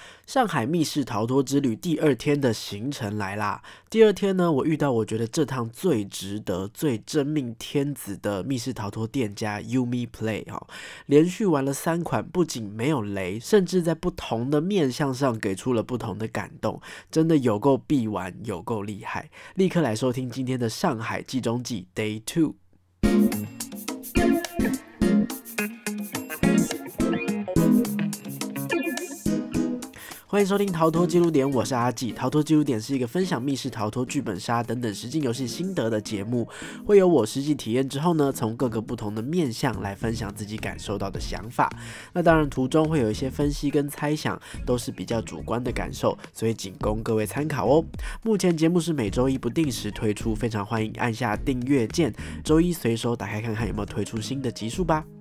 上海密室逃脱之旅第2天的行程来啦。第2天呢，我遇到我觉得这趟最值得、最真命天子的密室逃脱店家 Yumi Play 连续玩了3款，不仅没有雷，甚至在不同的面向上给出了不同的感动，真的有够必玩，有够厉害。立刻来收听今天的上海季中季 Day 2。欢迎收听逃脱记录点，我是阿纪。逃脱记录点是一个分享密室逃脱、剧本杀等等实境游戏心得的节目，会有我实际体验之后呢，从各个不同的面向来分享自己感受到的想法。那当然途中会有一些分析跟猜想，都是比较主观的感受，所以仅供各位参考哦。目前节目是每周一不定时推出，非常欢迎按下订阅键，周一随手打开看看有没有推出新的集数吧。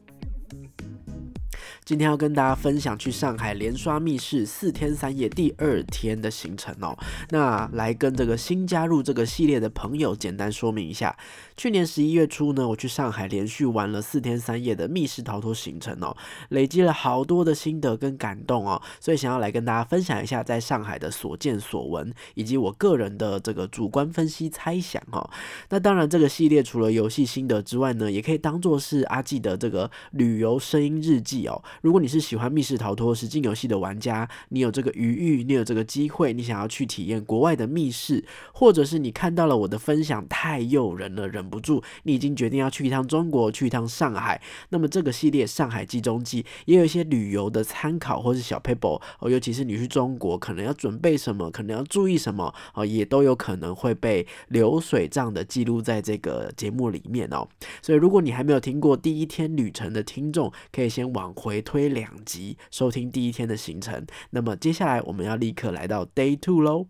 今天要跟大家分享去上海连刷密室4天3夜第2天的行程哦。那来跟这个新加入这个系列的朋友简单说明一下，去年11月初呢，我去上海连续玩了4天3夜的密室逃脱行程哦，累积了好多的心得跟感动哦，所以想要来跟大家分享一下在上海的所见所闻，以及我个人的这个主观分析猜想哦。那当然这个系列除了游戏心得之外呢，也可以当作是阿纪的这个旅游声音日记哦。如果你是喜欢密室逃脱实境游戏的玩家，你有这个余裕，你有这个机会，你想要去体验国外的密室，或者是你看到了我的分享太诱人了，忍不住，你已经决定要去一趟中国，去一趟上海，那么这个系列上海季中季也有一些旅游的参考或是小 paper 尤其是你去中国可能要准备什么，可能要注意什么也都有可能会被流水账的记录在这个节目里面哦。所以如果你还没有听过第1天旅程的听众，可以先往回推2集收听第1天的行程。那么接下来我们要立刻来到 Day 2咯。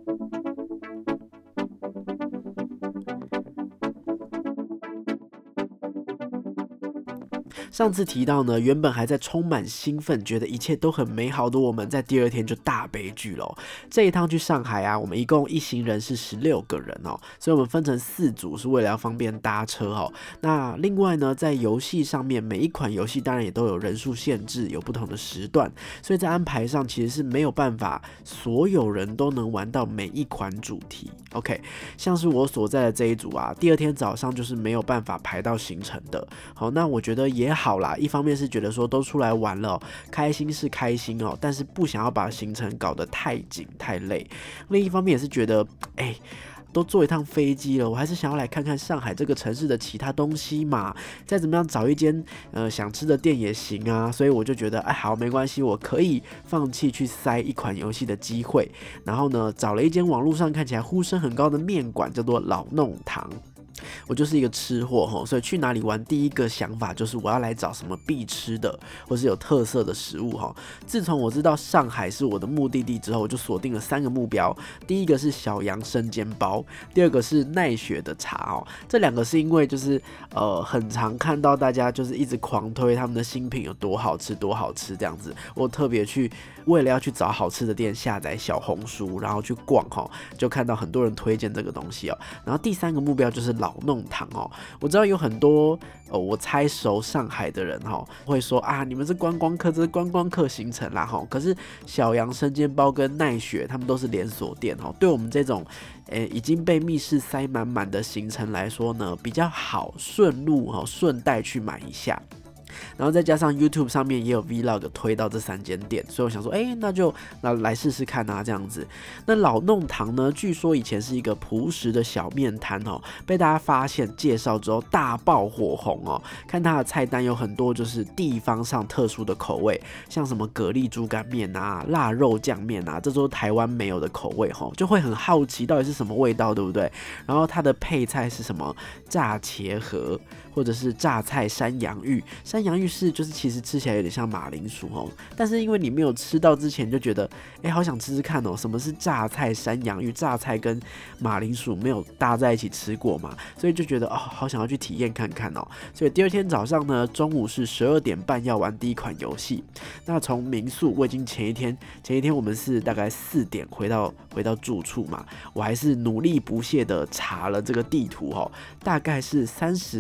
上次提到呢，原本还在充满兴奋，觉得一切都很美好的我们，在第2天就大悲剧了。这一趟去上海啊，我们一共一行人是16个人哦，所以我们分成4组，是为了要方便搭车哦。那另外呢，在游戏上面，每一款游戏当然也都有人数限制，有不同的时段，所以在安排上其实是没有办法所有人都能玩到每一款主题。OK， 像是我所在的这一组啊，第2天早上就是没有办法排到行程的。好，那我觉得也好啦，一方面是觉得说都出来玩了开心是开心但是不想要把行程搞得太紧太累。另一方面也是觉得都坐一趟飞机了，我还是想要来看看上海这个城市的其他东西嘛，再怎么样找一间想吃的店也行啊，所以我就觉得好没关系，我可以放弃去塞一款游戏的机会，然后呢找了一间网络上看起来呼声很高的面馆，叫做老弄堂。我就是一个吃货所以去哪里玩第一个想法就是我要来找什么必吃的或是有特色的食物自从我知道上海是我的目的地之后，我就锁定了3个目标。第一个是小杨生煎包，第二个是奈雪的茶这2个是因为就是很常看到大家就是一直狂推他们的新品有多好吃多好吃这样子，我特别去为了要去找好吃的店下载小红书，然后去逛就看到很多人推荐这个东西然后第3个目标就是老弄堂我知道有很多我猜熟上海的人会说你们是观光客，这是观光客行程啦可是小杨生煎包跟奈雪他们都是连锁店对我们这种已经被密室塞满满的行程来说呢，比较好顺路顺带去买一下。然后再加上 YouTube 上面也有 Vlog 推到这3间店，所以我想说那就来试试看这样子。那老弄堂呢，据说以前是一个朴实的小面摊被大家发现介绍之后大爆火红看它的菜单有很多就是地方上特殊的口味，像什么蛤蜊猪肝面腊肉酱面这都是台湾没有的口味就会很好奇到底是什么味道，对不对？然后它的配菜是什么炸茄盒或者是榨菜山羊芋，山羊芋是就是其实吃起来有点像马铃薯但是因为你没有吃到之前就觉得好想吃吃看什么是榨菜山羊芋，榨菜跟马铃薯没有搭在一起吃过嘛，所以就觉得好想要去体验看看所以第2天早上呢，中午是12点半要玩第1款游戏。那从民宿我已经前一天我们是大概4点回到住处嘛，我还是努力不懈的查了这个地图大概是30到40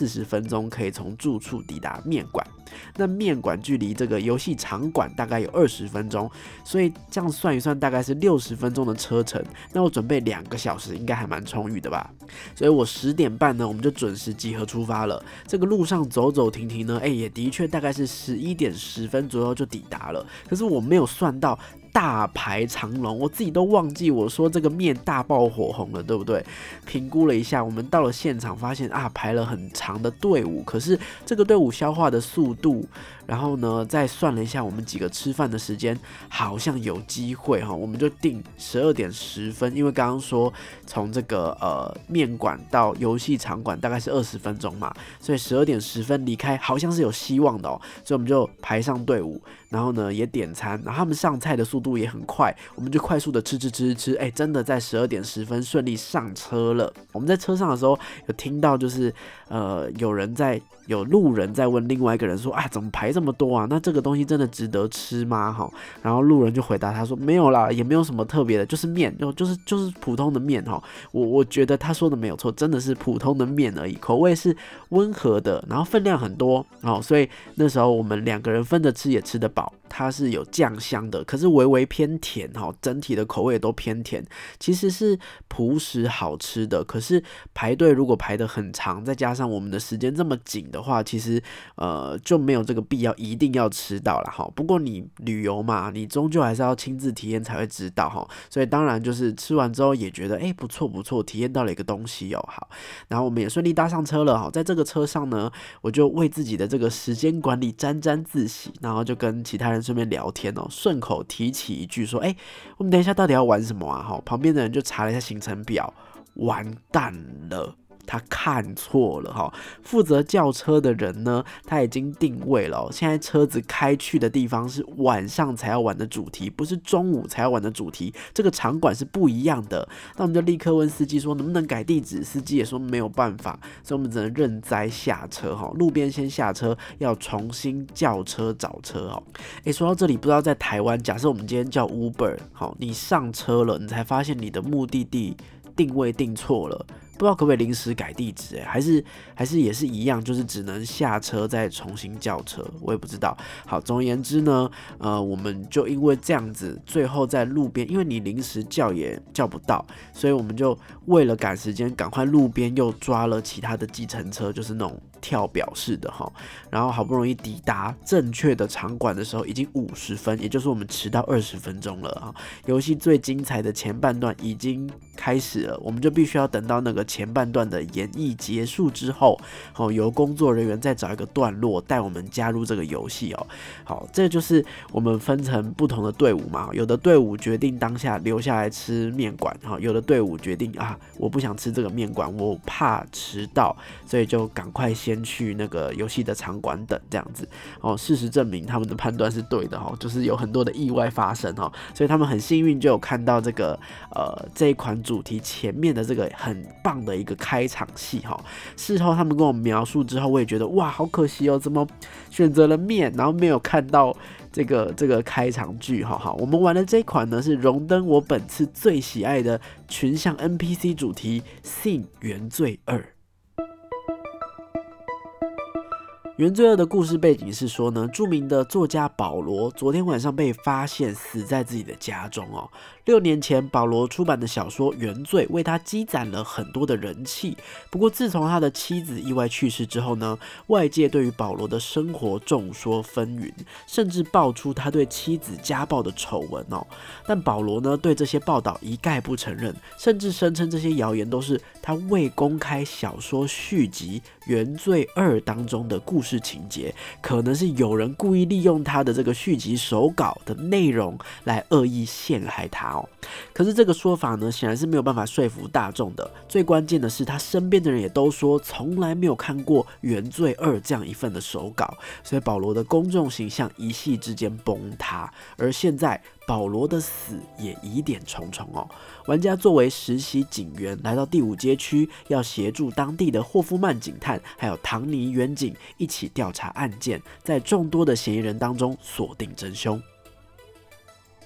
40分钟可以从住处抵达面馆。那面馆距离这个游戏场馆大概有20分钟，所以这样算一算大概是60分钟的车程。那我准备2个小时应该还蛮充裕的吧？所以我10点半呢，我们就准时集合出发了。这个路上走走停停呢，也的确大概是11点10分左右就抵达了。可是我没有算到大排长龙，我自己都忘记我说这个面大爆火红了，对不对？评估了一下，我们到了现场发现排了很长的队伍，可是这个队伍消化的速度，然后呢再算了一下我们几个吃饭的时间，好像有机会我们就定12点10分，因为刚刚说从这个面馆到游戏场馆大概是20分钟嘛，所以12点10分离开好像是有希望的所以我们就排上队伍，然后呢也点餐，然后他们上菜的速度也很快，我们就快速的吃，真的在12点10分顺利上车了。我们在车上的时候有听到就是有路人在问另外一个人说怎么排这么多啊？那这个东西真的值得吃吗？然后路人就回答他说没有啦，也没有什么特别的，就是面，就是普通的面我觉得他说的没有错，真的是普通的面而已，口味是温和的，然后分量很多所以那时候我们2个人分着吃也吃得饱。它是有酱香的，可是微微偏甜整体的口味都偏甜，其实是朴实好吃的。可是排队如果排得很长，再加上我们的时间这么紧的话，其实就没有这个必要一定要吃到啦不过你旅游嘛，你终究还是要亲自体验才会知道所以当然就是吃完之后也觉得不错，体验到了一个东西好，然后我们也顺利搭上车了在这个车上呢，我就为自己的这个时间管理沾自喜，然后就跟其他人顺便聊天顺口提起一句说我们等一下到底要玩什么啊旁边的人就查了一下行程表，完蛋了，他看错了负责叫车的人呢，他已经定位了现在车子开去的地方是晚上才要玩的主题，不是中午才要玩的主题，这个场馆是不一样的。那我们就立刻问司机说能不能改地址，司机也说没有办法，所以我们只能认栽下车路边先下车，要重新叫车找车说到这里，不知道在台湾，假设我们今天叫 Uber 你上车了，你才发现你的目的地定位定错了，不知道可不可以临时改地址还是也是一样，就是只能下车再重新叫车，我也不知道。好，总而言之呢，我们就因为这样子，最后在路边，因为你临时叫也叫不到，所以我们就为了赶时间，赶快路边又抓了其他的计程车，就是那种跳表式的然后好不容易抵达正确的场馆的时候，已经50分，也就是我们迟到20分钟了游戏最精彩的前半段已经开始了，我们就必须要等到那个前半段的演绎结束之后，由工作人员再找一个段落带我们加入这个游戏好，这就是我们分成不同的队伍嘛，有的队伍决定当下留下来吃面馆有的队伍决定我不想吃这个面馆，我怕迟到，所以就赶快先去那个游戏的场馆等这样子事实证明他们的判断是对的就是有很多的意外发生所以他们很幸运就有看到这个这一款主题前面的这个很棒的一个开场戏事后他们跟我描述之后，我也觉得哇好可惜怎么选择了面，然后没有看到这个开场剧好，我们玩的这一款呢是荣登我本次最喜爱的群像 NPC 主题《信原罪2》。原罪2的故事背景是说呢，著名的作家保罗昨天晚上被发现死在自己的家中6年前，保罗出版的小说《原罪》为他积攒了很多的人气。不过，自从他的妻子意外去世之后呢，外界对于保罗的生活众说纷纭，甚至爆出他对妻子家暴的丑闻但保罗呢，对这些报道一概不承认，甚至声称这些谣言都是他未公开小说续集《原罪2》当中的故事情节，可能是有人故意利用他的这个续集手稿的内容来恶意陷害他可是这个说法呢，显然是没有办法说服大众的。最关键的是，他身边的人也都说从来没有看过《原罪2》这样一份的手稿，所以保罗的公众形象一夕之间崩塌。而现在保罗的死也疑点重重玩家作为实习警员来到第5街区，要协助当地的霍夫曼警探还有唐尼远警一起调查案件，在众多的嫌疑人当中锁定真凶。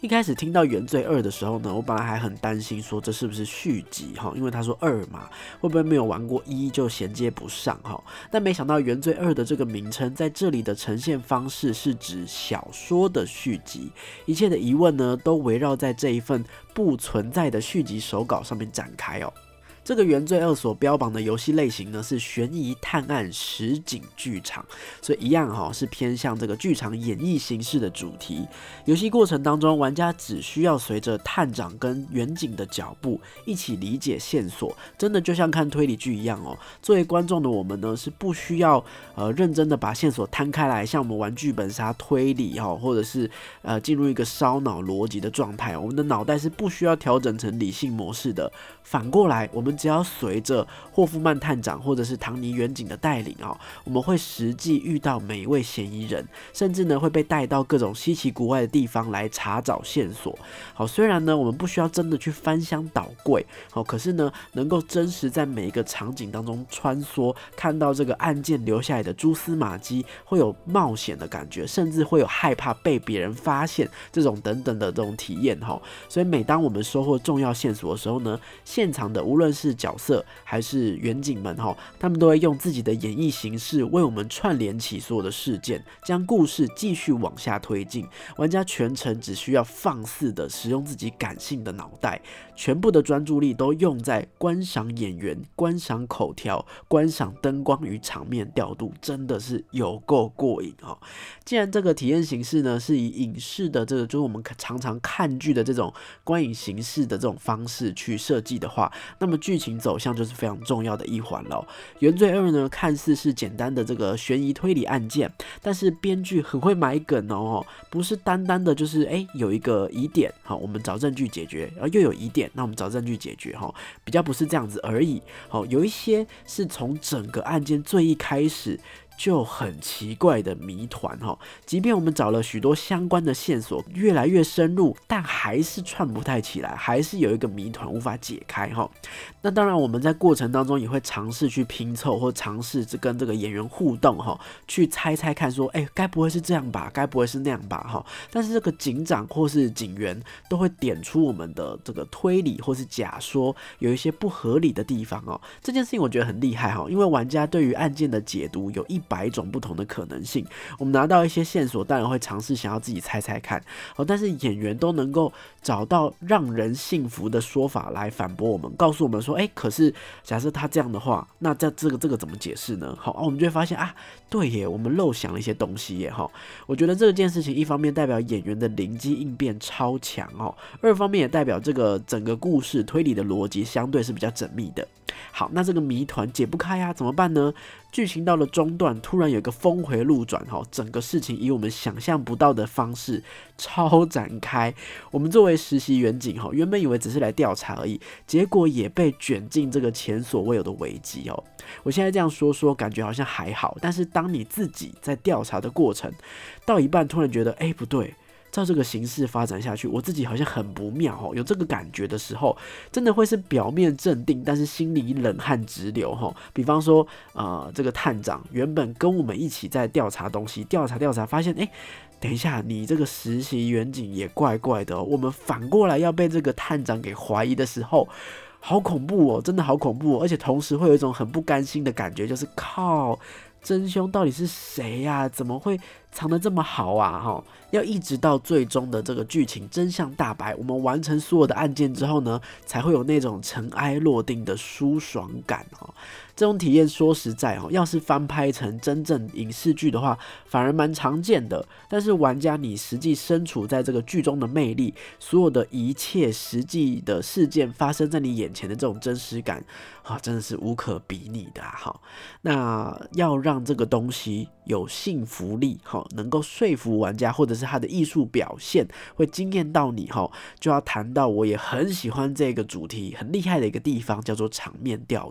一开始听到《原罪2》的时候呢，我本来还很担心说这是不是续集哈，因为他说2嘛，会不会没有玩过1就衔接不上哈？但没想到《原罪2》的这个名称在这里的呈现方式是指小说的续集，一切的疑问呢都围绕在这一份不存在的续集手稿上面展开哦。这个《原罪2》所标榜的游戏类型呢是悬疑探案实景剧场，所以一样是偏向这个剧场演绎形式的主题。游戏过程当中，玩家只需要随着探长跟远景的脚步一起理解线索，真的就像看推理剧一样哦。作为观众的我们呢是不需要认真的把线索摊开来，像我们玩剧本杀推理或者是进入一个烧脑逻辑的状态，我们的脑袋是不需要调整成理性模式的。反过来，我们只要随着霍夫曼探长或者是唐尼远景的带领我们会实际遇到每一位嫌疑人，甚至呢会被带到各种稀奇古怪的地方来查找线索。好，虽然呢我们不需要真的去翻箱倒柜，可是呢能够真实在每一个场景当中穿梭，看到这个案件留下来的蛛丝马迹，会有冒险的感觉，甚至会有害怕被别人发现这种等等的这种体验。所以每当我们收获重要线索的时候呢，现场的无论是角色还是远景们他们都会用自己的演绎形式为我们串联起所有的事件，将故事继续往下推进。玩家全程只需要放肆的使用自己感性的脑袋，全部的专注力都用在观赏演员、观赏口条、观赏灯光与场面调度，真的是有够过瘾既然这个体验形式呢是以影视的这个就是我们常常看剧的这种观影形式的这种方式去设计的话，那么剧情走向就是非常重要的一环了。原罪2呢看似是简单的这个悬疑推理案件，但是编剧很会埋梗不是单单的就是有一个疑点我们找证据解决，然后又有疑点那我们找证据解决比较不是这样子而已有一些是从整个案件最一开始就很奇怪的谜团即便我们找了许多相关的线索，越来越深入，但还是串不太起来，还是有一个谜团无法解开那当然我们在过程当中也会尝试去拼凑，或尝试跟这个演员互动去猜猜看说该不会是这样吧，该不会是那样吧但是这个警长或是警员都会点出我们的这个推理或是假说有一些不合理的地方这件事情我觉得很厉害因为玩家对于案件的解读有100种不同的可能性，我们拿到一些线索当然会尝试想要自己猜猜看但是演员都能够找到让人信服的说法来反驳我们，告诉我们说可是假设他这样的话，那这个怎么解释呢我们就会发现对耶，我们漏想了一些东西耶我觉得这件事情一方面代表演员的灵机应变超强二方面也代表这个整个故事推理的逻辑相对是比较缜密的。好，那这个谜团解不开怎么办呢？剧情到了中段，突然有一个峰回路转整个事情以我们想象不到的方式超展开。我们作为实习员警原本以为只是来调查而已，结果也被卷进这个前所未有的危机我现在这样说感觉好像还好，但是当你自己在调查的过程到一半，突然觉得不对，照这个形式发展下去，我自己好像很不妙有这个感觉的时候，真的会是表面镇定，但是心里冷汗直流比方说这个探长原本跟我们一起在调查东西，调查发现等一下，你这个实习员警也怪怪的我们反过来要被这个探长给怀疑的时候，好恐怖真的好恐怖而且同时会有一种很不甘心的感觉，就是靠，真凶到底是谁呀？怎么会藏得这么好啊？要一直到最终的这个剧情真相大白，我们完成所有的案件之后呢，才会有那种尘埃落定的舒爽感这种体验说实在要是翻拍成真正影视剧的话，反而蛮常见的。但是玩家你实际身处在这个剧中的魅力，所有的一切实际的事件发生在你眼前的这种真实感真的是无可比拟的那要让这个东西有信服力能够说服玩家，或者是他的艺术表现会惊艳到你就要谈到我也很喜欢这个主题很厉害的一个地方，叫做场面调度。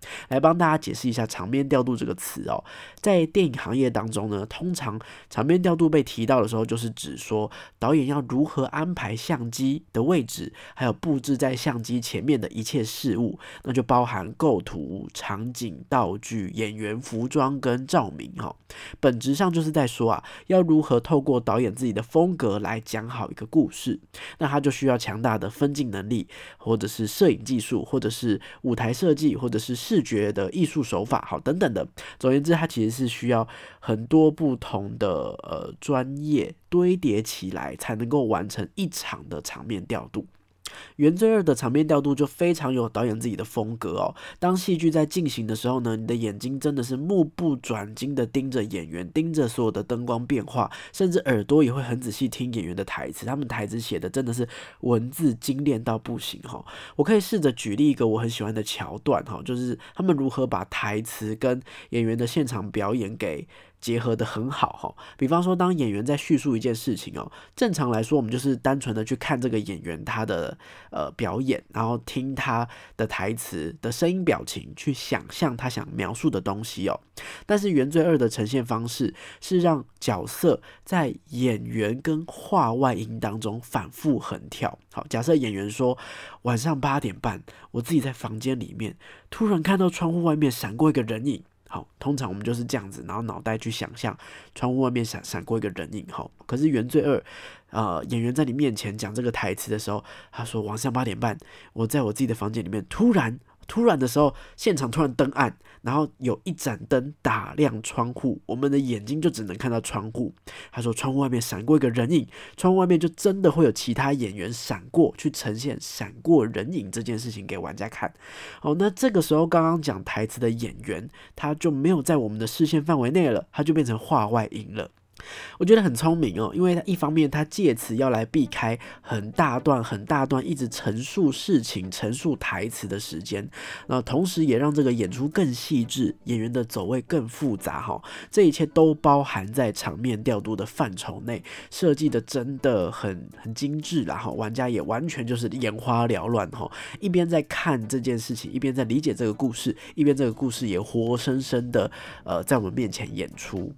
来帮大家解释一下场面调度这个词哦。在电影行业当中呢，通常场面调度被提到的时候，就是指说导演要如何安排相机的位置，还有布置在相机前面的一切事物，那就包含构图、场景、道具、演员、服装跟照明哈。本质上就是在说啊，要如何透过导演自己的风格来讲好一个故事，那他就需要强大的分镜能力，或者是摄影技术，或者是舞台设计，或者是视觉的艺术手法，好等等的。总而言之，它其实是需要很多不同的专业堆叠起来，才能够完成一场的场面调度。原罪二的场面调度就非常有导演自己的风格哦。当戏剧在进行的时候呢，你的眼睛真的是目不转睛的盯着演员，盯着所有的灯光变化，甚至耳朵也会很仔细听演员的台词。他们台词写的真的是文字精炼到不行哈。我可以试着举例一个我很喜欢的桥段哈，就是他们如何把台词跟演员的现场表演给结合的很好哈。比方说，当演员在叙述一件事情哦，正常来说，我们就是单纯的去看这个演员他的表演，然后听他的台词的声音表情，去想象他想描述的东西哦。但是原罪二的呈现方式是让角色在演员跟话外音当中反复横跳。好，假设演员说晚上8点半，我自己在房间里面突然看到窗户外面闪过一个人影。好，通常我们就是这样子，然后脑袋去想象窗户外面闪过一个人影。好，可是原罪二，演员在你面前讲这个台词的时候，他说晚上8点半，我在我自己的房间里面突然的时候，现场突然灯暗，然后有一盏灯打亮窗户，我们的眼睛就只能看到窗户。他说窗户外面闪过一个人影，窗户外面就真的会有其他演员闪过，去呈现闪过人影这件事情给玩家看。好，那这个时候刚刚讲台词的演员，他就没有在我们的视线范围内了，他就变成话外音了。我觉得很聪明哦，因为一方面他借此要来避开很大段一直陈述事情、陈述台词的时间，那同时也让这个演出更细致，演员的走位更复杂哈。这一切都包含在场面调度的范畴内，设计的真的很精致啦哈。玩家也完全就是眼花缭乱哈，一边在看这件事情，一边在理解这个故事，一边这个故事也活生生的在我们面前演出。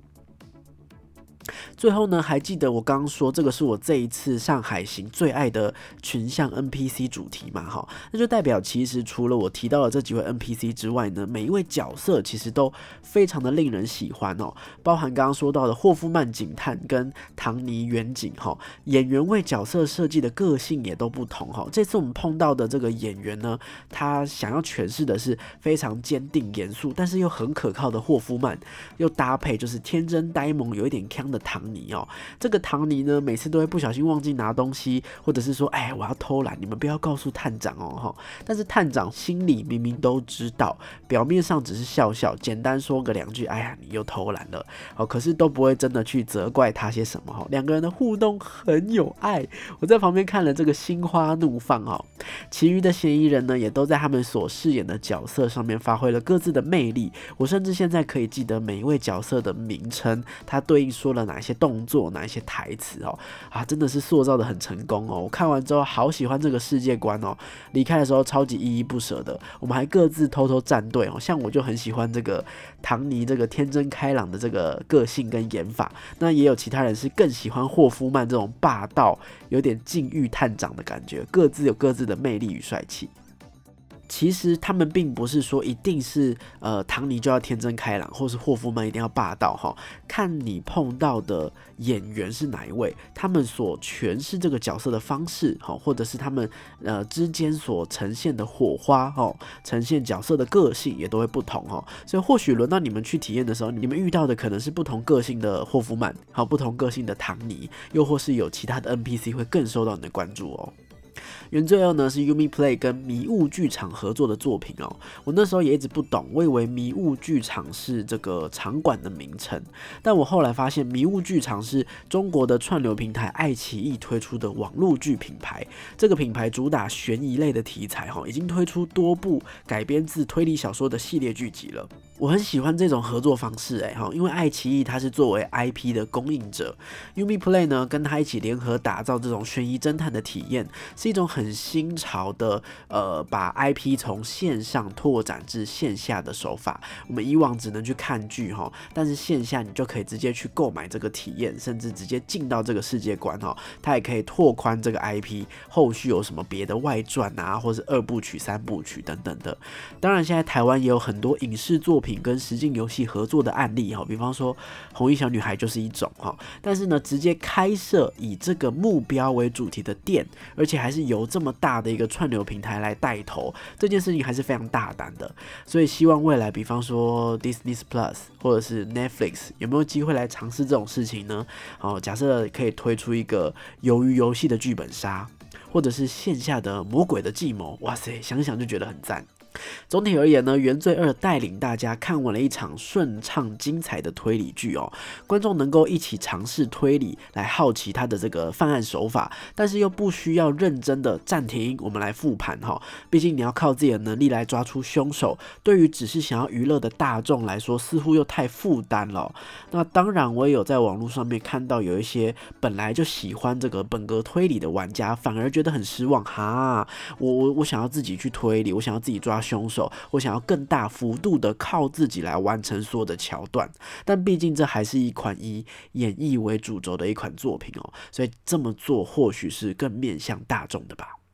最后呢，还记得我刚刚说这个是我这一次上海行最爱的群像 NPC 主题嘛？哈，那就代表其实除了我提到的这几位 NPC 之外呢，每一位角色其实都非常的令人喜欢哦。包含刚刚说到的霍夫曼警探跟唐尼远警哈，演员为角色设计的个性也都不同哈。这次我们碰到的这个演员呢，他想要诠释的是非常坚定严肃，但是又很可靠的霍夫曼，又搭配就是天真呆萌有一点呛的唐尼哦。这个唐尼呢，每次都会不小心忘记拿东西，或者是说哎我要偷懒，你们不要告诉探长哦。但是探长心里明明都知道，表面上只是笑笑，简单说个2句，哎呀你又偷懒了，可是都不会真的去责怪他些什么。两个人的互动很有爱，我在旁边看了这个心花怒放哦。其余的嫌疑人呢，也都在他们所饰演的角色上面发挥了各自的魅力。我甚至现在可以记得每一位角色的名称，他对应说了哪些动作，哪一些台词哦，真的是塑造的很成功哦。我看完之后好喜欢这个世界观哦，离开的时候超级依依不舍的。我们还各自偷偷站队哦，像我就很喜欢这个唐尼这个天真开朗的这个个性跟演法，那也有其他人是更喜欢霍夫曼这种霸道、有点禁欲探长的感觉，各自有各自的魅力与帅气。其实他们并不是说一定是唐尼就要天真开朗，或是霍夫曼一定要霸道哈。看你碰到的演员是哪一位，他们所诠释这个角色的方式哈，或者是他们之间所呈现的火花哈，呈现角色的个性也都会不同哈。所以或许轮到你们去体验的时候，你们遇到的可能是不同个性的霍夫曼，好，不同个性的唐尼，又或是有其他的 NPC 会更受到你的关注哦。原罪二呢是 Umi Play 跟迷雾剧场合作的作品哦。我那时候也一直不懂，我以为迷雾剧场是这个场馆的名称，但我后来发现迷雾剧场是中国的串流平台爱奇艺推出的网络剧品牌。这个品牌主打悬疑类的题材，已经推出多部改编自推理小说的系列剧集了。 我很喜欢这种合作方式因为爱奇艺它是作为 IP 的供应者，UmiPlay 呢跟他一起联合打造这种悬疑侦探的体验，是一种很新潮的把 IP 从线上拓展至线下的手法。我们以往只能去看剧但是线下你就可以直接去购买这个体验，甚至直接进到这个世界观它也可以拓宽这个 IP， 后续有什么别的外传啊，或是2部曲、3部曲等等的。当然现在台湾也有很多影视作品跟实境游戏合作的案例比方说红衣小女孩就是一种但是呢直接开设以这个目标为主题的店，而且还是由这么大的一个串流平台来带头，这件事情还是非常大胆的。所以希望未来比方说 Disney Plus 或者是 Netflix 有没有机会来尝试这种事情呢？假设可以推出一个鱿鱼游戏的剧本杀，或者是线下的魔鬼的计谋，哇塞，想想就觉得很赞。总体而言呢，《原罪2》带领大家看完了一场顺畅精彩的推理剧观众能够一起尝试推理，来好奇他的这个犯案手法，但是又不需要认真的暂停，我们来复盘毕竟你要靠自己的能力来抓出凶手，对于只是想要娱乐的大众来说，似乎又太负担了。那当然，我也有在网络上面看到有一些本来就喜欢这个本格推理的玩家，反而觉得很失望我想要自己去推理，我想要自己抓凶手，我想要更大幅度的靠自己来完成所有的桥段，但毕竟这还是一款以演绎为主轴的一款作品所以这么做或许是更面向大众的吧。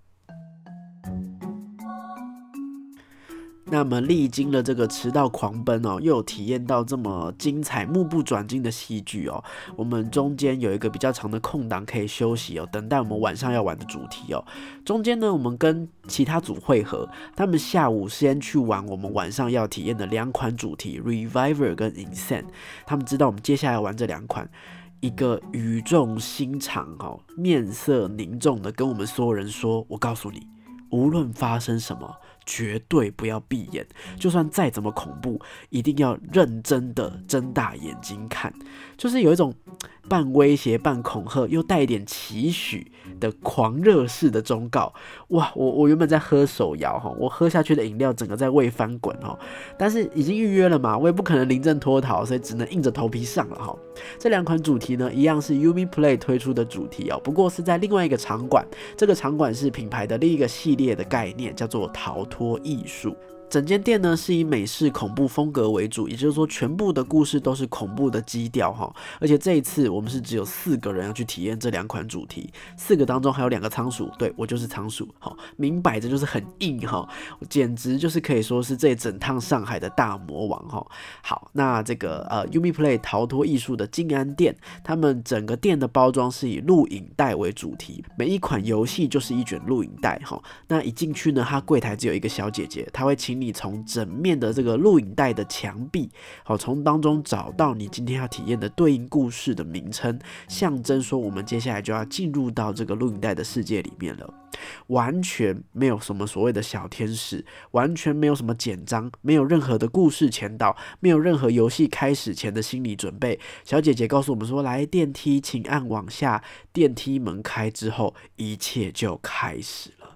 那么历经了这个迟到狂奔又有体验到这么精彩目不转睛的戏剧我们中间有一个比较长的空档可以休息等待我们晚上要玩的主题中间呢，我们跟其他组会合，他们下午先去玩我们晚上要体验的2款主题 Reviver 跟 Insane， 他们知道我们接下来玩这2款，一个语重心长面色凝重的跟我们所有人说，我告诉你，无论发生什么，绝对不要闭眼，就算再怎么恐怖，一定要认真的睁大眼睛看，就是有一种半威胁半恐吓又带一点期许的狂热式的忠告。哇，我原本在喝手摇我喝下去的饮料整个在胃翻滚但是已经预约了嘛，我也不可能临阵脱逃，所以只能硬着头皮上了这2款主题呢，一样是 UmiPlay 推出的主题不过是在另外一个场馆，这个场馆是品牌的另一个系列的概念，叫做逃脱艺术。整间店呢是以美式恐怖风格为主，也就是说全部的故事都是恐怖的基调而且这一次我们是只有4个人要去体验这2款主题，4个当中还有2个仓鼠，对，我就是仓鼠明摆着就是很硬简直就是可以说是这整趟上海的大魔王好，那这个UmiPlay 逃脱艺术的静安店，他们整个店的包装是以录影带为主题，每一款游戏就是一卷录影带那一进去呢，它柜台只有一个小姐姐，她会请你从整面的这个录影带的墙壁从当中找到你今天要体验的对应故事的名称，象征说我们接下来就要进入到这个录影带的世界里面了。完全没有什么所谓的小天使，完全没有什么简章，没有任何的故事前导，没有任何游戏开始前的心理准备。小姐姐告诉我们说，来电梯请按往下，电梯门开之后一切就开始了。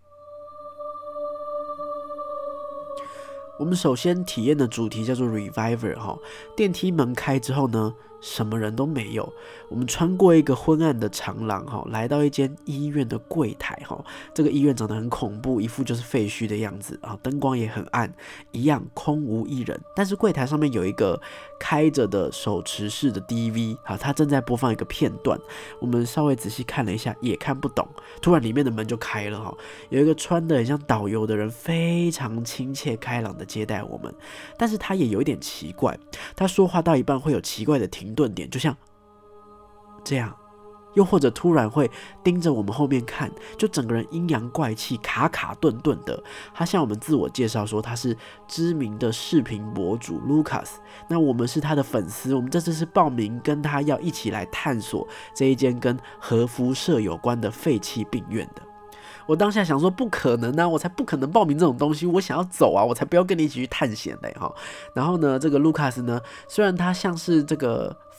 我们首先体验的主题叫做 Reviver 电梯门开之后呢，什么人都没有，我们穿过一个昏暗的长廊来到一间医院的柜台这个医院长得很恐怖，一副就是废墟的样子灯光也很暗，一样空无一人，但是柜台上面有一个开着的手持式的 DV 它正在播放一个片段，我们稍微仔细看了一下也看不懂，突然里面的门就开了有一个穿得很像导游的人非常亲切开朗的接待我们，但是他也有一点奇怪，他说话到一半会有奇怪的停顿点，就像这样，又或者突然会盯着我们后面看，就整个人阴阳怪气卡卡顿顿的。他向我们自我介绍说他是知名的视频博主 Lucas， 那我们是他的粉丝，我们这次是报名跟他要一起来探索这一间跟核辐射有关的废弃病院的。我当下想说不可能啊，我才不可能报名这种东西，我想要走啊，我才不要跟你一起去探险嘞然后呢，这个 Lucas 呢，虽然他像是这个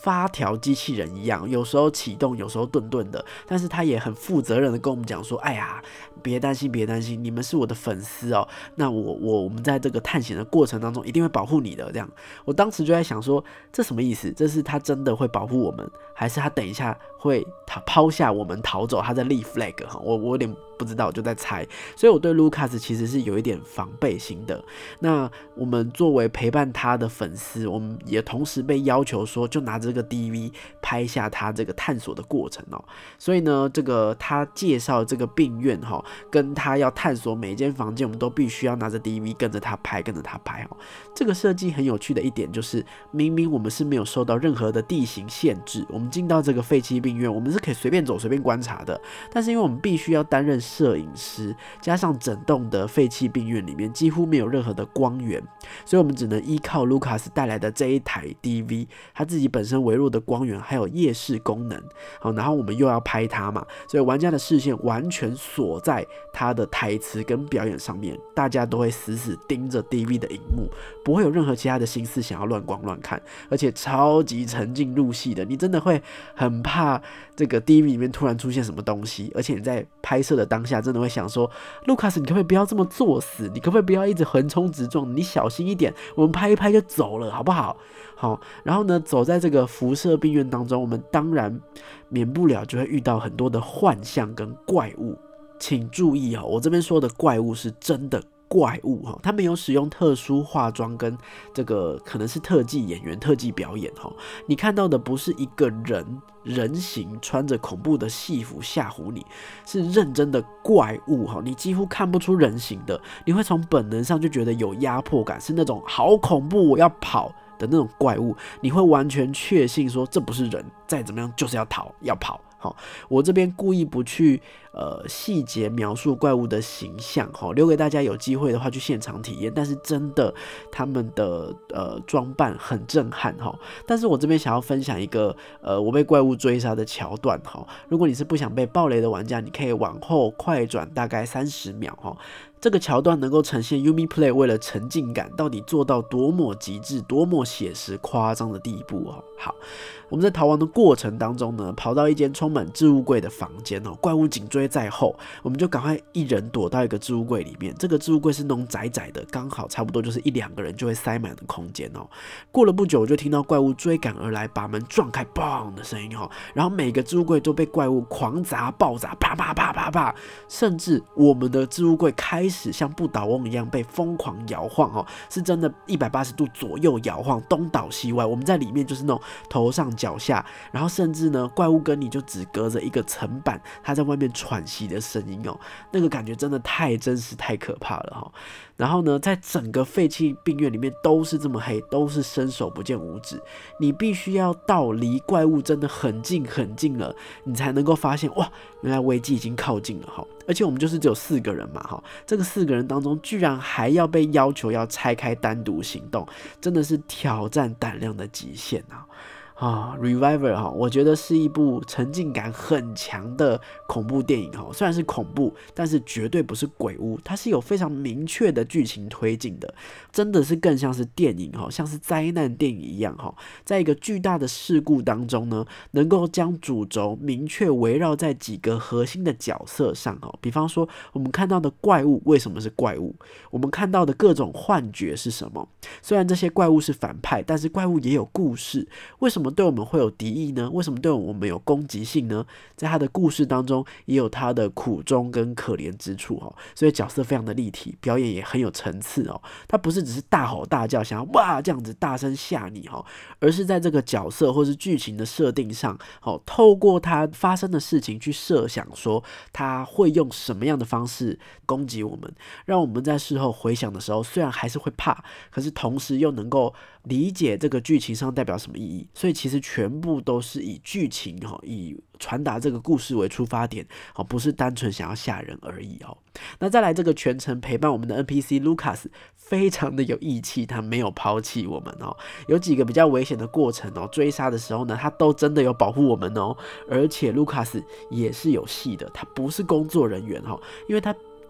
发条机器人一样，有时候启动，有时候顿顿的，但是他也很负责任的跟我们讲说，哎呀，别担心，别担心，你们是我的粉丝哦，那我们在这个探险的过程当中一定会保护你的。这样，我当时就在想说，这什么意思？这是他真的会保护我们，还是他等一下会抛下我们逃走？他在立 flag 哈，我有点不知道，我就在猜。所以我对 Lucas 其实是有一点防备心的。那我们作为陪伴他的粉丝，我们也同时被要求说，就拿这个 DV 拍下他这个探索的过程哦。所以呢，这个他介绍这个病院哈，跟他要探索每一间房间，我们都必须要拿着 DV 跟着他拍哦。这个设计很有趣的一点就是，明明我们是没有受到任何的地形限制，我们进到这个废弃病院，我们是可以随便走、随便观察的。但是因为我们必须要担任摄影师，加上整栋的废弃病院里面几乎没有任何的光源，所以我们只能依靠 Lucas 带来的这一台 DV， 他自己本身微弱的光源，还有夜视功能。好，然后我们又要拍他嘛，所以玩家的视线完全锁在他的台词跟表演上面，大家都会死死盯着 DV 的荧幕，不会有任何其他的心思想要乱逛乱看，而且超级沉浸入戏的，你真的会很怕这个 DV 里面突然出现什么东西，而且你在拍摄的当下真的会想说， Lucas 你可不可以不要这么作死，你可不可以不要一直横冲直撞，你小心一点，我们拍一拍就走了好不好？好，然后呢，走在这个辐射病院当中，我们当然免不了就会遇到很多的幻象跟怪物。请注意哦，我这边说的怪物是真的怪物哈，他们有使用特殊化妆跟这个可能是特技演员、特技表演哈。你看到的不是一个人形穿着恐怖的戏服吓唬你，是认真的怪物哈，你几乎看不出人形的，你会从本能上就觉得有压迫感，是那种好恐怖我要跑的那种怪物，你会完全确信说这不是人，再怎么样就是要逃要跑。好，我这边故意不去细节描述怪物的形象，留给大家有机会的话去现场体验。但是真的，他们的装扮很震撼哈。但是我这边想要分享一个我被怪物追杀的桥段哈。如果你是不想被爆雷的玩家，你可以往后快转大概30秒哈。这个桥段能够呈现 Yumi Play 为了沉浸感到底做到多么极致、多么写实、夸张的地步哦。好，我们在逃亡的过程当中呢，跑到一间充满置物柜的房间哦，怪物紧追在后，我们就赶快一人躲到一个置物柜里面。这个置物柜是那种窄窄的，刚好差不多就是1-2个人就会塞满的空间哦。过了不久，我就听到怪物追赶而来，把门撞开，砰的声音哦。然后每个置物柜都被怪物狂砸、爆砸，啪啪啪啪啪，甚至我们的置物柜开始像不倒翁一样被疯狂摇晃哦，是真的180度左右摇晃，东倒西歪。我们在里面就是那种头上脚下，然后甚至呢，怪物跟你就只隔着一个层板，他在外面喘息的声音哦，那个感觉真的太真实、太可怕了哈。然后呢，在整个废弃病院里面都是这么黑，都是伸手不见五指，你必须要到离怪物真的很近很近了，你才能够发现哇，原来危机已经靠近了哈。而且我们就是只有4个人嘛哈，这个4个人当中居然还要被要求要拆开单独行动，真的是挑战胆量的极限啊。Reviver 哈，我觉得是一部沉浸感很强的恐怖电影哈。虽然是恐怖，但是绝对不是鬼屋，它是有非常明确的剧情推进的，真的是更像是电影哈，像是灾难电影一样哈。在一个巨大的事故当中呢，能够将主轴明确围绕在几个核心的角色上哈。比方说，我们看到的怪物为什么是怪物？我们看到的各种幻觉是什么？虽然这些怪物是反派，但是怪物也有故事，为什么对我们会有敌意呢？为什么对我们有攻击性呢？在他的故事当中也有他的苦衷跟可怜之处哦，所以角色非常的立体，表演也很有层次哦。他不是只是大吼大叫，想要哇这样子大声吓你哦，而是在这个角色或是剧情的设定上哦，透过他发生的事情去设想说他会用什么样的方式攻击我们，让我们在事后回想的时候，虽然还是会怕，可是同时又能够理解这个剧情上代表什么意义。所以其实全部都是以剧情以传达这个故事为出发点，不是单纯想要吓人而已哦。那再来这个全程陪伴我们的 NPC Lucas 非常的有义气，他没有抛弃我们哦。有几个比较危险的过程哦，追杀的时候呢，他都真的有保护我们哦。而且 Lucas 也是有戏的，他不是工作人员哦，因为他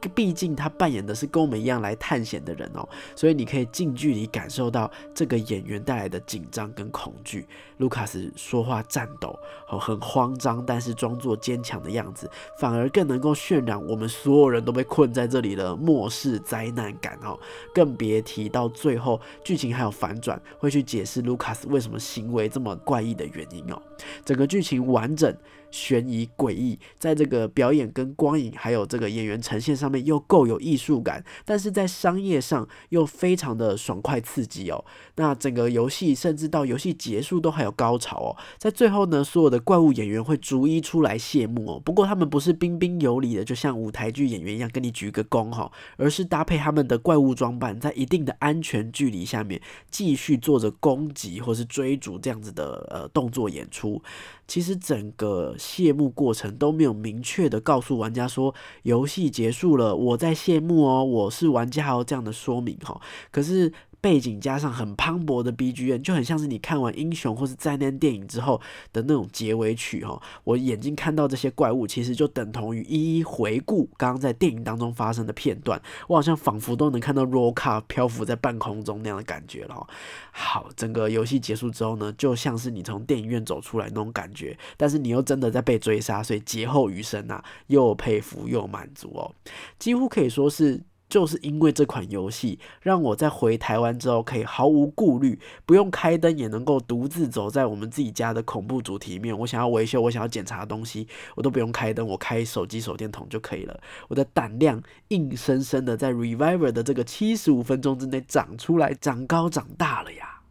毕竟他扮演的是跟我们一样来探险的人哦，所以你可以近距离感受到这个演员带来的紧张跟恐惧。卢卡斯说话颤抖，很慌张，但是装作坚强的样子，反而更能够渲染我们所有人都被困在这里的末世灾难感哦。更别提到最后剧情还有反转，会去解释卢卡斯为什么行为这么怪异的原因哦。整个剧情完整、悬疑、诡异，在这个表演跟光影还有这个演员呈现上面又够有艺术感，但是在商业上又非常的爽快刺激哦。那整个游戏甚至到游戏结束都还有高潮哦。在最后呢，所有的怪物演员会逐一出来谢幕哦。不过他们不是彬彬有礼的，就像舞台剧演员一样跟你鞠个躬哈，而是搭配他们的怪物装扮，在一定的安全距离下面继续做着攻击或是追逐这样子的动作演出。其实整个谢幕过程都没有明确的告诉玩家说游戏结束了，我在谢幕哦，我是玩家哦这样的说明哈。可是背景加上很磅礴的 BGM， 就很像是你看完英雄或是灾难电影之后的那种结尾曲哈。我眼睛看到这些怪物，其实就等同于一一回顾刚刚在电影当中发生的片段，我好像仿佛都能看到 roll car 漂浮在半空中那样的感觉了。好，整个游戏结束之后呢，就像是你从电影院走出来那种感觉，但是你又真的在被追杀，所以劫后余生啊，又佩服又满足哦，几乎可以说是。就是因为这款游戏，让我在回台湾之后可以毫无顾虑，不用开灯也能够独自走在我们自己家的恐怖主题里面。我想要维修，我想要检查东西，我都不用开灯，我开手机手电筒就可以了。我的胆量硬生生的在 Reviver 的这个75分钟之内长出来、长高、长大了呀。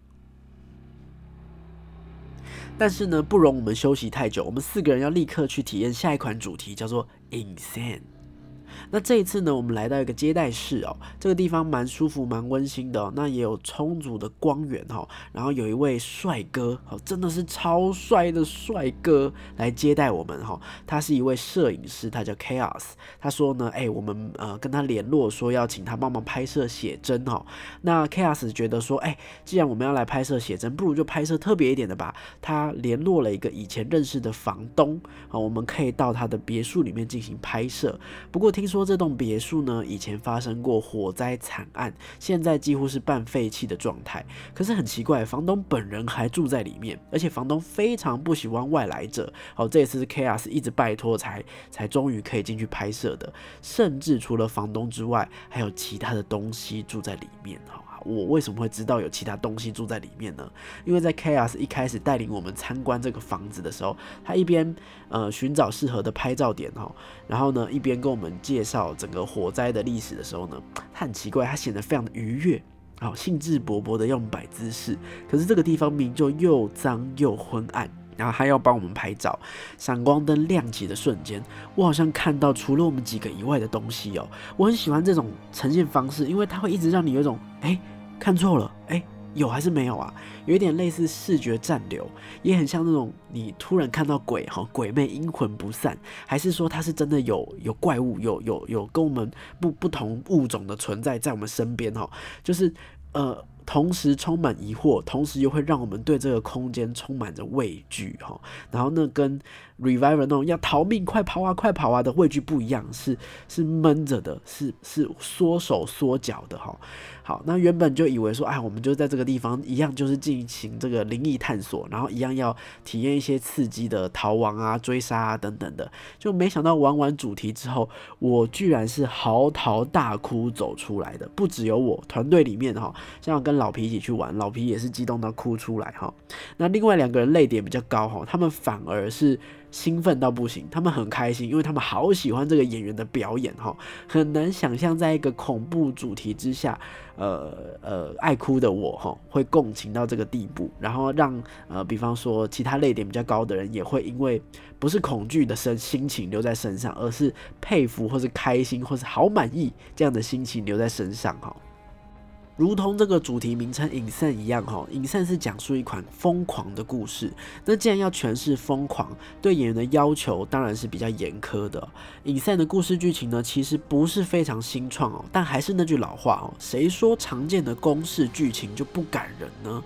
但是呢，不容我们休息太久，我们4个人要立刻去体验下一款主题，叫做 Insane。那这一次呢，我们来到一个接待室哦，这个地方蛮舒服、蛮温馨的哦。那也有充足的光源哦，然后有一位帅哥哦，真的是超帅的帅哥来接待我们哈。他是一位摄影师，他叫 Chaos。他说呢，我们跟他联络说要请他帮忙拍摄写真哈。那 Chaos 觉得说，既然我们要来拍摄写真，不如就拍摄特别一点的吧。他联络了一个以前认识的房东啊，我们可以到他的别墅里面进行拍摄。不过听说这栋别墅呢，以前发生过火灾惨案，现在几乎是半废弃的状态。可是很奇怪，房东本人还住在里面，而且房东非常不喜欢外来者。这一次是 Chaos 一直拜托才终于可以进去拍摄的，甚至除了房东之外，还有其他的东西住在里面。我为什么会知道有其他东西住在里面呢？因为在 Chaos 一开始带领我们参观这个房子的时候，他一边寻找适合的拍照点然后呢一边跟我们介绍整个火灾的历史的时候呢，他很奇怪，他显得非常的愉悦，兴致勃勃的要我们摆姿势。可是这个地方明明就又脏又昏暗。然后他要帮我们拍照，闪光灯亮起的瞬间，我好像看到除了我们几个以外的东西哦。我很喜欢这种呈现方式，因为它会一直让你有一种看错了，有还是没有啊？有一点类似视觉暂留，也很像那种你突然看到鬼鬼魅阴魂不散，还是说它是真的有怪物，有跟我们不同物种的存在在我们身边就是同时充满疑惑，同时又会让我们对这个空间充满着畏惧然后呢，跟 Reviver 那种要逃命快跑啊快跑啊的畏惧不一样，是闷着的，是缩手缩脚的好，那原本就以为说我们就在这个地方一样就是进行这个灵异探索，然后一样要体验一些刺激的逃亡啊追杀啊等等的，就没想到玩完主题之后，我居然是嚎啕大哭走出来的。不只有我，团队里面像我跟老皮一起去玩，老皮也是激动到哭出来那另外2个人泪点比较高他们反而是兴奋到不行，他们很开心，因为他们好喜欢这个演员的表演很难想象在一个恐怖主题之下爱哭的我会共情到这个地步，然后让比方说其他泪点比较高的人也会因为不是恐惧的心情留在身上，而是佩服或是开心或是好满意这样的心情留在身上如同这个主题名称 Insane 一样Insane 是讲述一款疯狂的故事。那既然要诠释疯狂，对演员的要求当然是比较严苛的。Insane 的故事剧情呢，其实不是非常新创但还是那句老话谁说常见的公式剧情就不感人呢？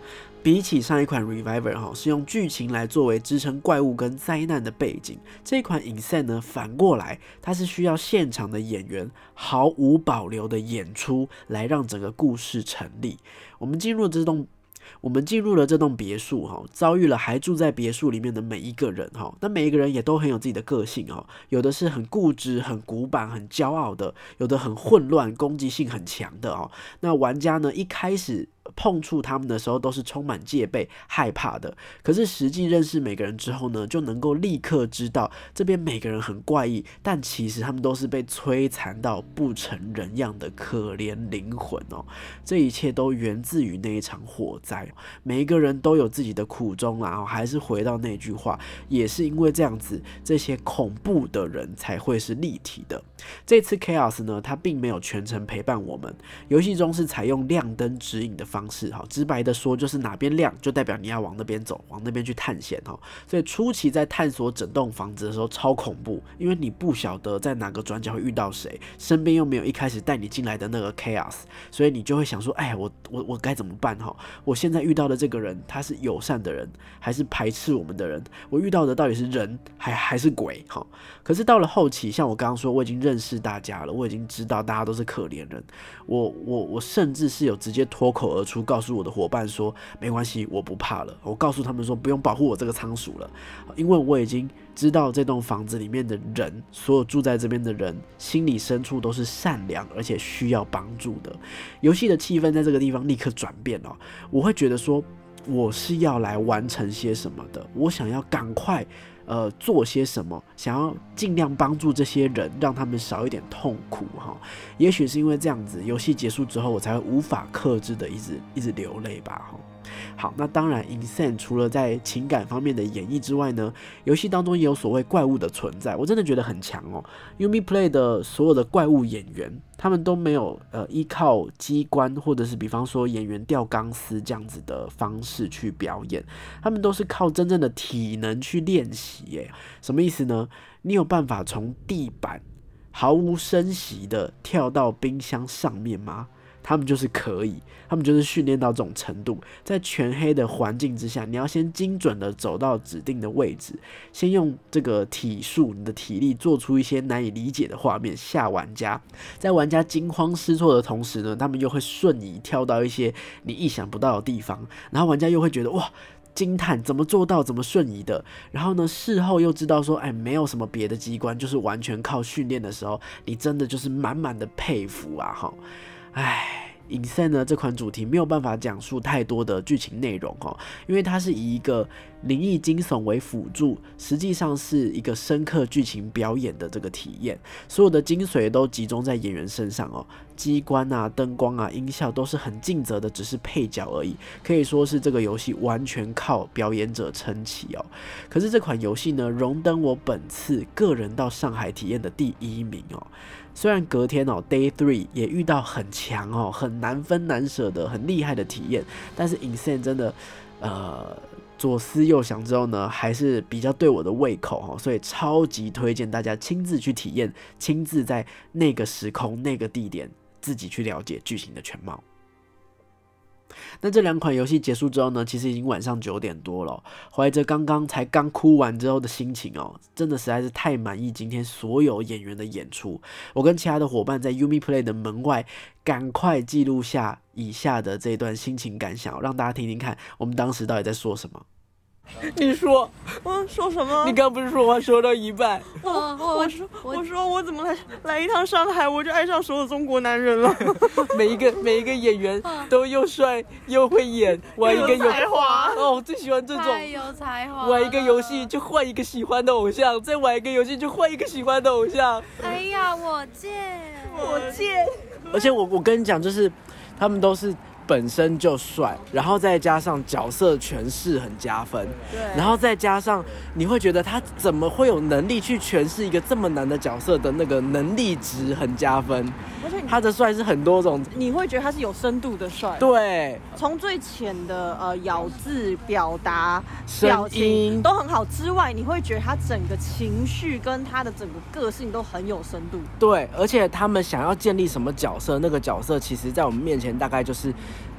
比起上一款 Reviver 是用剧情来作为支撑怪物跟灾难的背景，这一款 Insane 呢反过来，它是需要现场的演员毫无保留的演出来让整个故事成立。我们进入了这栋别墅，遭遇了还住在别墅里面的每一个人，那每一个人也都很有自己的个性，有的是很固执、很古板、很骄傲的，有的很混乱、攻击性很强的。那玩家呢，一开始碰触他们的时候都是充满戒备、害怕的，可是实际认识每个人之后呢，就能够立刻知道这边每个人很怪异，但其实他们都是被摧残到不成人样的可怜灵魂哦。这一切都源自于那一场火灾，每一个人都有自己的苦衷啦，还是回到那句话，也是因为这样子，这些恐怖的人才会是立体的。这次 Chaos 呢，它并没有全程陪伴我们，游戏中是采用亮灯指引的方式，直白的说就是哪边亮就代表你要往那边走，往那边去探险。所以初期在探索整栋房子的时候超恐怖，因为你不晓得在哪个转角会遇到谁，身边又没有一开始带你进来的那个 Chaos， 所以你就会想说，哎，我该怎么办？我现在遇到的这个人，他是友善的人还是排斥我们的人？我遇到的到底是人还是鬼？可是到了后期，像我刚刚说，我已经认识大家了，我已经知道大家都是可怜人，我甚至是有直接脱口而出告诉我的伙伴说，没关系，我不怕了。我告诉他们说，不用保护我这个仓鼠了，因为我已经知道这栋房子里面的人，所有住在这边的人，心里深处都是善良而且需要帮助的。游戏的气氛在这个地方立刻转变了，我会觉得说，我是要来完成些什么的，我想要赶快做些什么，想要尽量帮助这些人，让他们少一点痛苦哈。也许是因为这样子，游戏结束之后，我才会无法克制的一直流泪吧哈。好，那当然 Insane 除了在情感方面的演绎之外呢，游戏当中也有所谓怪物的存在，我真的觉得很强哦。Uplay 的所有的怪物演员，他们都没有依靠机关或者是比方说演员吊钢丝这样子的方式去表演，他们都是靠真正的体能去练习耶。什么意思呢？你有办法从地板毫无声息的跳到冰箱上面吗？他们就是可以，他们就是训练到这种程度，在全黑的环境之下，你要先精准的走到指定的位置，先用这个体术，你的体力做出一些难以理解的画面吓玩家，在玩家惊慌失措的同时呢，他们又会瞬移跳到一些你意想不到的地方，然后玩家又会觉得哇，惊叹怎么做到，怎么瞬移的，然后呢事后又知道说，哎，没有什么别的机关，就是完全靠训练的时候，你真的就是满满的佩服啊哈。Insane 呢这款主题没有办法讲述太多的剧情内容哦，因为它是以一个灵异惊悚为辅助，实际上是一个深刻剧情表演的这个体验，所有的精髓都集中在演员身上哦，机关啊、灯光啊、音效都是很尽责的，只是配角而已，可以说是这个游戏完全靠表演者撑起哦。可是这款游戏呢，荣登我本次个人到上海体验的第1名哦。虽然隔天Day 3也遇到很强很难分难舍的很厉害的体验，但是 Insane 真的左思右想之后呢，还是比较对我的胃口所以超级推荐大家亲自去体验，亲自在那个时空那个地点自己去了解剧情的全貌。那这2款游戏结束之后呢，其实已经晚上9点多了，怀着刚哭完之后的心情真的实在是太满意今天所有演员的演出。我跟其他的伙伴在 Uplay 的门外赶快记录下以下的这段心情感想，让大家听听看我们当时到底在说什么。 你说， 说什么？ 你刚不是说话说到一半？ 我说我怎么来一趟上海，我就爱上所有中国男人了。 每一个演员都又帅又会演，玩一个有才华我最喜欢这种。 太有才华了。 玩一个游戏就换一个喜欢的偶像，再玩一个游戏就换一个喜欢的偶像。 哎呀，我借。 而且我跟你讲，就是他们都是本身就帅，然后再加上角色诠释很加分， 对， 然后再加上你会觉得他怎么会有能力去诠释一个这么难的角色的那个能力值很加分， 而且他的帅是很多种， 你会觉得他是有深度的帅， 对， 从最浅的咬字、表达、 声音都很好之外，你会觉得他整个情绪跟他的整个个性都很有深度， 对，而且他们想要建立什么角色，那个角色其实在我们面前大概就是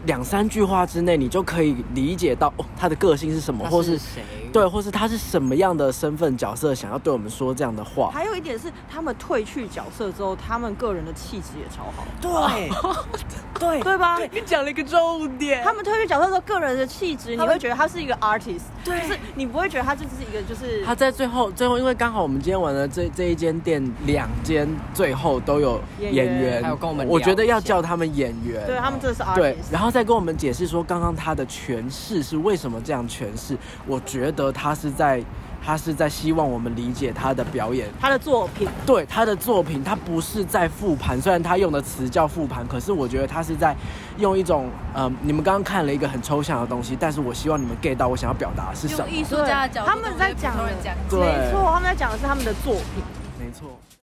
2-3句话之内，你就可以理解到他的个性是什么，或是谁？ 对，或是他是什么样的身份角色，想要对我们说这样的话。 还有一点是，他们褪去角色之后，他们个人的气质也超好。 对对吧？ 你讲了一个重点。 他们褪去角色之后，个人的气质，你会觉得他是一个 artist， 对， 就是你不会觉得他就是一个就是他在最后，因为刚好我们今天玩的这一间店，2间最后都有演员， 还有跟我们聊我觉得要叫他们演员， 对他们真的是 artist， 对，然后再跟我们解释说刚刚他的诠释是为什么这样诠释。我觉得他是在希望我们理解他的表演， 他的作品， 对他的作品，他不是在复盘，虽然他用的词叫复盘，可是我觉得他是在用一种你们刚刚看了一个很抽象的东西，但是我希望你们 get 到我想要表达的是什么。 用艺术家的角度， 他们在讲的， 对没错，他们在讲的是他们的作品， 没错。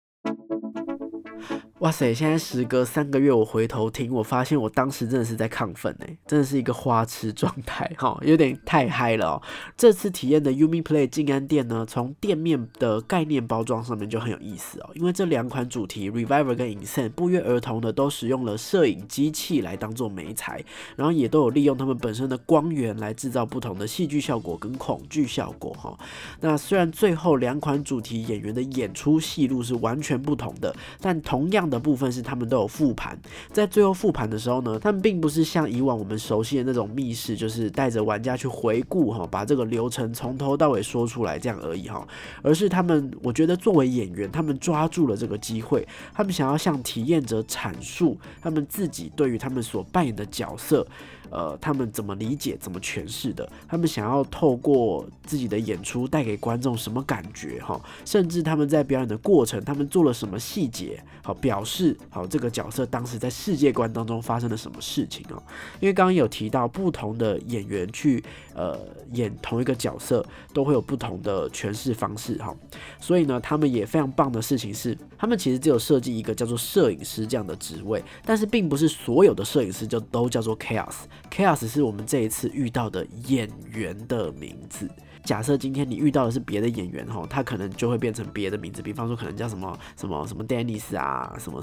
哇塞！现在时隔3个月，我回头听，我发现我当时真的是在亢奋真的是一个花痴状态有点太嗨了这次体验的 Yumi Play 静安店呢，从店面的概念包装上面就很有意思因为这2款主题 Reviver 跟 Insane 不约而同的都使用了摄影机器来当做媒材，然后也都有利用他们本身的光源来制造不同的戏剧效果跟恐惧效果那虽然最后2款主题演员的演出戏路是完全不同的，但同样的部分是他们都有复盘。在最后复盘的时候呢，他们并不是像以往我们熟悉的那种密室，就是带着玩家去回顾把这个流程从头到尾说出来这样而已而是他们，我觉得作为演员，他们抓住了这个机会，他们想要向体验者阐述他们自己对于他们所扮演的角色他们怎么理解、怎么诠释的？他们想要透过自己的演出带给观众什么感觉？甚至他们在表演的过程，他们做了什么细节？表示这个角色当时在世界观当中发生了什么事情因为刚刚有提到，不同的演员去演同一个角色，都会有不同的诠释方式所以呢，他们也非常棒的事情是，他们其实只有设计一个叫做摄影师这样的职位，但是并不是所有的摄影师就都叫做 Chaos。Chaos 是我们这一次遇到的演员的名字。假设今天你遇到的是别的演员他可能就会变成别的名字，比方说可能叫什么 Dennis 啊，什么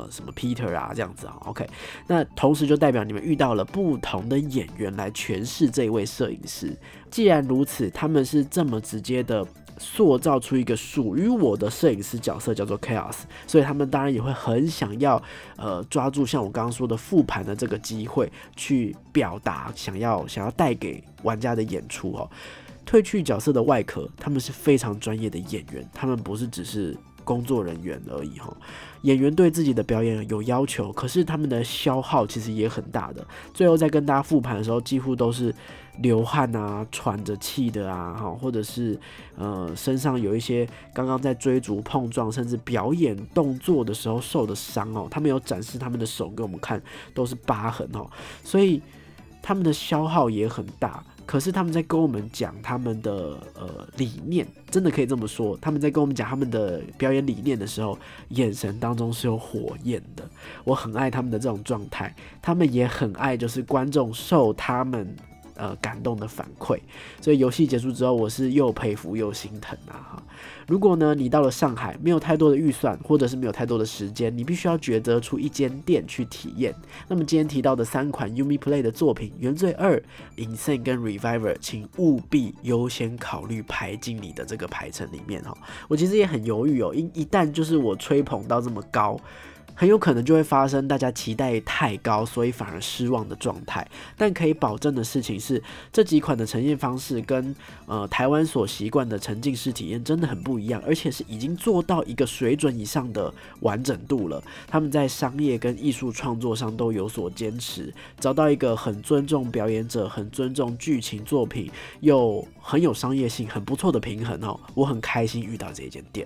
Peter 啊这样子OK， 那同时就代表你们遇到了不同的演员来诠释这一位摄影师。既然如此，他们是这么直接的塑造出一个属于我的摄影师角色，叫做 Chaos， 所以他们当然也会很想要抓住像我刚刚说的复盘的这个机会，去表达想要带给玩家的演出褪去角色的外壳，他们是非常专业的演员，他们不是只是工作人员而已演员对自己的表演有要求，可是他们的消耗其实也很大的。最后在跟大家复盘的时候，几乎都是流汗啊、喘着气的或者是身上有一些刚刚在追逐、碰撞，甚至表演动作的时候受的伤他们有展示他们的手给我们看，都是疤痕所以他们的消耗也很大。可是他们在跟我们讲他们的理念，真的可以这么说，他们在跟我们讲他们的表演理念的时候，眼神当中是有火焰的。我很爱他们的这种状态，他们也很爱就是观众受他们感动的反馈。所以游戏结束之后，我是又佩服又心疼如果呢你到了上海，没有太多的预算，或者是没有太多的时间，你必须要抉择出一间店去体验。那么今天提到的3款 Yumi Play 的作品，原罪2、Insane 跟 Reviver， 请务必优先考虑排进你的这个排程里面我其实也很犹豫一旦就是我吹捧到这么高，很有可能就会发生大家期待太高，所以反而失望的状态。但可以保证的事情是，这几款的呈现方式跟台湾所习惯的沉浸式体验真的很不一样，而且是已经做到一个水准以上的完整度了。他们在商业跟艺术创作上都有所坚持，找到一个很尊重表演者、很尊重剧情作品，又很有商业性、很不错的平衡我很开心遇到这一间店。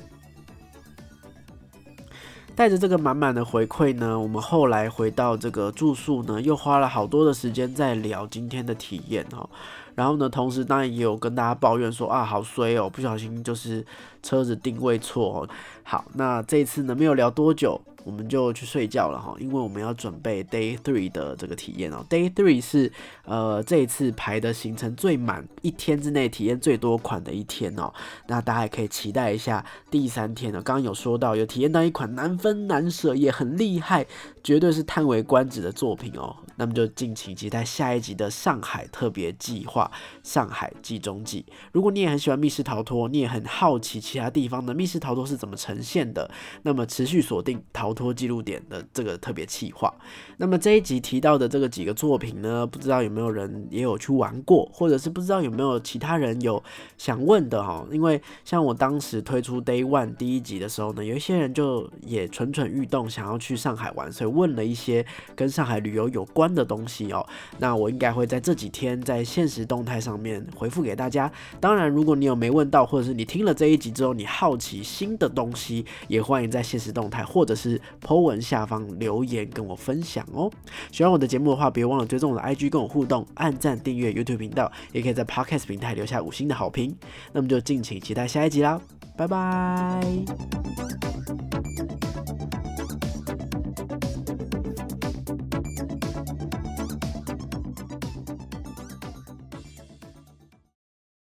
带着这个满满的回馈呢，我们后来回到这个住宿呢，又花了好多的时间在聊今天的体验然后呢，同时当然也有跟大家抱怨说好衰不小心就是车子定位错好，那这一次呢没有聊多久，我们就去睡觉了因为我们要准备 Day 3的这个体验Day 3是这一次排的行程最满，一天之内体验最多款的一天那大家也可以期待一下第3天刚刚有说到有体验到一款难分分难舍，也很厉害，绝对是叹为观止的作品哦。那么就敬请期待下一集的上海特别计划《上海季中记》。如果你也很喜欢密室逃脱，你也很好奇其他地方的密室逃脱是怎么呈现的，那么持续锁定逃脱记录点的这个特别企划。那么这一集提到的这个几个作品呢，不知道有没有人也有去玩过，或者是不知道有没有其他人有想问的哈？因为像我当时推出 Day One 第一集的时候呢，有一些人就也蠢蠢欲动，想要去上海玩，所以问了一些跟上海旅游有关的东西哦。那我应该会在这几天在限时动态上面回复给大家。当然，如果你有没问到，或者是你听了这一集之后你好奇新的东西，也欢迎在限时动态或者是 po 文下方留言跟我分享哦。喜欢我的节目的话，别忘了追踪我的 IG 跟我互动，按赞订阅 YouTube 频道，也可以在 Podcast 平台留下5星的好评。那么就敬请期待下一集啦，拜拜。